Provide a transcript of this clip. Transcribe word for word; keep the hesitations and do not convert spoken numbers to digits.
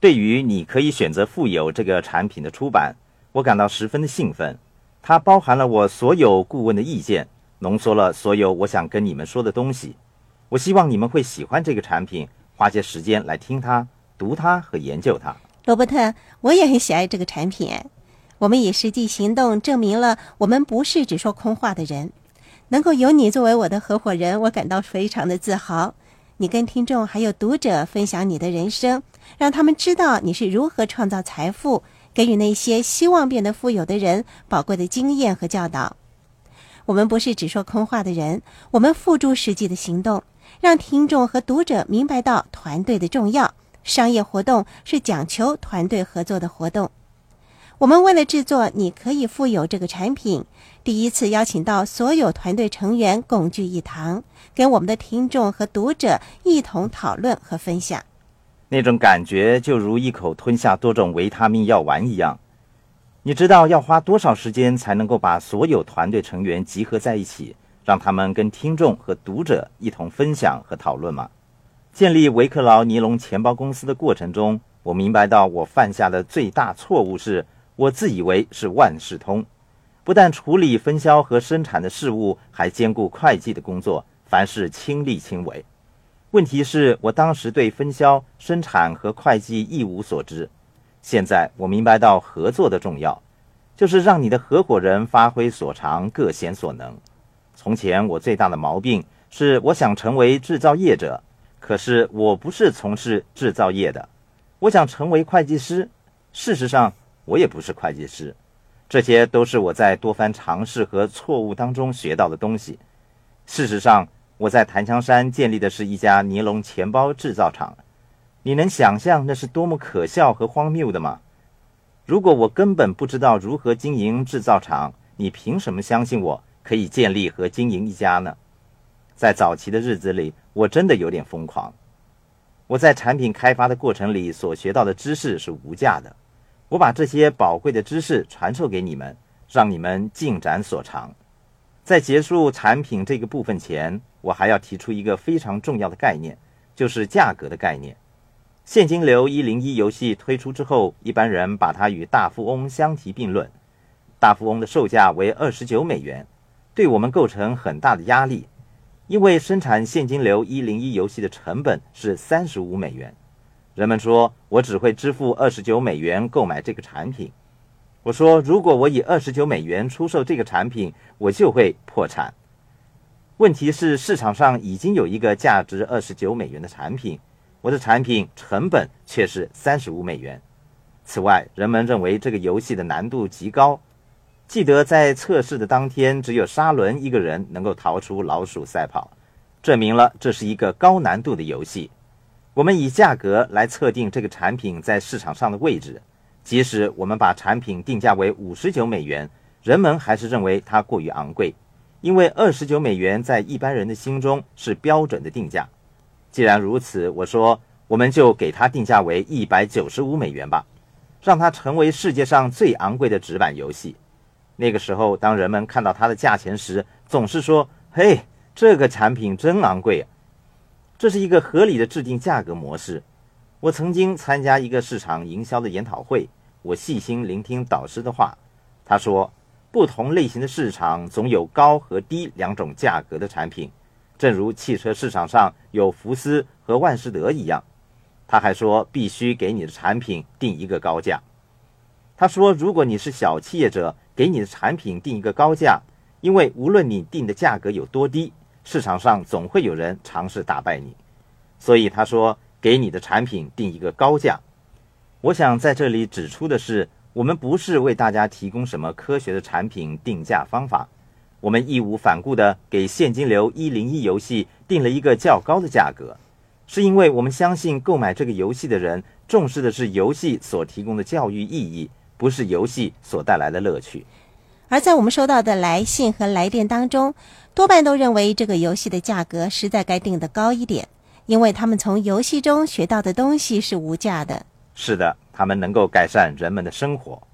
对于你可以选择富有这个产品的出版，我感到十分的兴奋。它包含了我所有顾问的意见，浓缩了所有我想跟你们说的东西。我希望你们会喜欢这个产品，花些时间来听它、读它和研究它。 罗伯特，我也很喜爱这个产品。我们以实际行动证明了我们不是只说空话的人。能够有你作为我的合伙人，我感到非常的自豪。你跟听众还有读者分享你的人生，让他们知道你是如何创造财富，给予那些希望变得富有的人宝贵的经验和教导。我们不是只说空话的人，我们付诸实际的行动，让听众和读者明白到团队的重要。商业活动是讲求团队合作的活动。我们为了制作你可以富有这个产品，第一次邀请到所有团队成员共聚一堂，跟我们的听众和读者一同讨论和分享。 那种感觉就如一口吞下多种维他命药丸一样。你知道要花多少时间才能够把所有团队成员集合在一起，让他们跟听众和读者一同分享和讨论吗？建立维克劳尼龙钱包公司的过程中，我明白到我犯下的最大错误是我自以为是万事通，不但处理分销和生产的事务，还兼顾会计的工作，凡事亲力亲为。问题是我当时对分销、生产和会计一无所知。现在我明白到合作的重要，就是让你的合伙人发挥所长，各显所能。从前我最大的毛病是我想成为制造业者，可是我不是从事制造业的。我想成为会计师，事实上我也不是会计师。这些都是我在多番尝试和错误当中学到的东西。事实上，我在檀香山建立的是一家尼龙钱包制造厂。你能想象那是多么可笑和荒谬的吗？如果我根本不知道如何经营制造厂，你凭什么相信我可以建立和经营一家呢？在早期的日子里，我真的有点疯狂。我在产品开发的过程里所学到的知识是无价的。我把这些宝贵的知识传授给你们，让你们尽展所长。在结束产品这个部分前，我还要提出一个非常重要的概念，就是价格的概念。现金流一零一游戏推出之后，一般人把它与大富翁相提并论。大富翁的售价为二十九美元，对我们构成很大的压力，因为生产现金流一零一游戏的成本是三十五美元。人们说我只会支付二十九美元购买这个产品。我说如果我以二十九美元出售这个产品，我就会破产。问题是市场上已经有一个价值二十九美元的产品，我的产品成本却是三十五美元。此外，人们认为这个游戏的难度极高。记得在测试的当天，只有沙伦一个人能够逃出老鼠赛跑，证明了这是一个高难度的游戏。我们以价格来测定这个产品在市场上的位置，即使我们把产品定价为五十九美元，人们还是认为它过于昂贵，因为二十九美元在一般人的心中是标准的定价。既然如此，我说我们就给它定价为一百九十五美元吧，让它成为世界上最昂贵的纸板游戏。那个时候，当人们看到它的价钱时，总是说：“嘿，这个产品真昂贵啊！”这是一个合理的制定价格模式。我曾经参加一个市场营销的研讨会，我细心聆听导师的话。他说，不同类型的市场总有高和低两种价格的产品，正如汽车市场上有福斯和万事得一样。他还说，必须给你的产品定一个高价。他说，如果你是小企业者，给你的产品定一个高价，因为无论你定的价格有多低，市场上总会有人尝试打败你。所以他说，给你的产品定一个高价。我想在这里指出的是，我们不是为大家提供什么科学的产品定价方法，我们义无反顾地给现金流一零一游戏定了一个较高的价格，是因为我们相信购买这个游戏的人重视的是游戏所提供的教育意义，不是游戏所带来的乐趣。 而在我们收到的来信和来电当中，多半都认为这个游戏的价格实在该定得高一点，因为他们从游戏中学到的东西是无价的。 是的，他们能够改善人们的生活。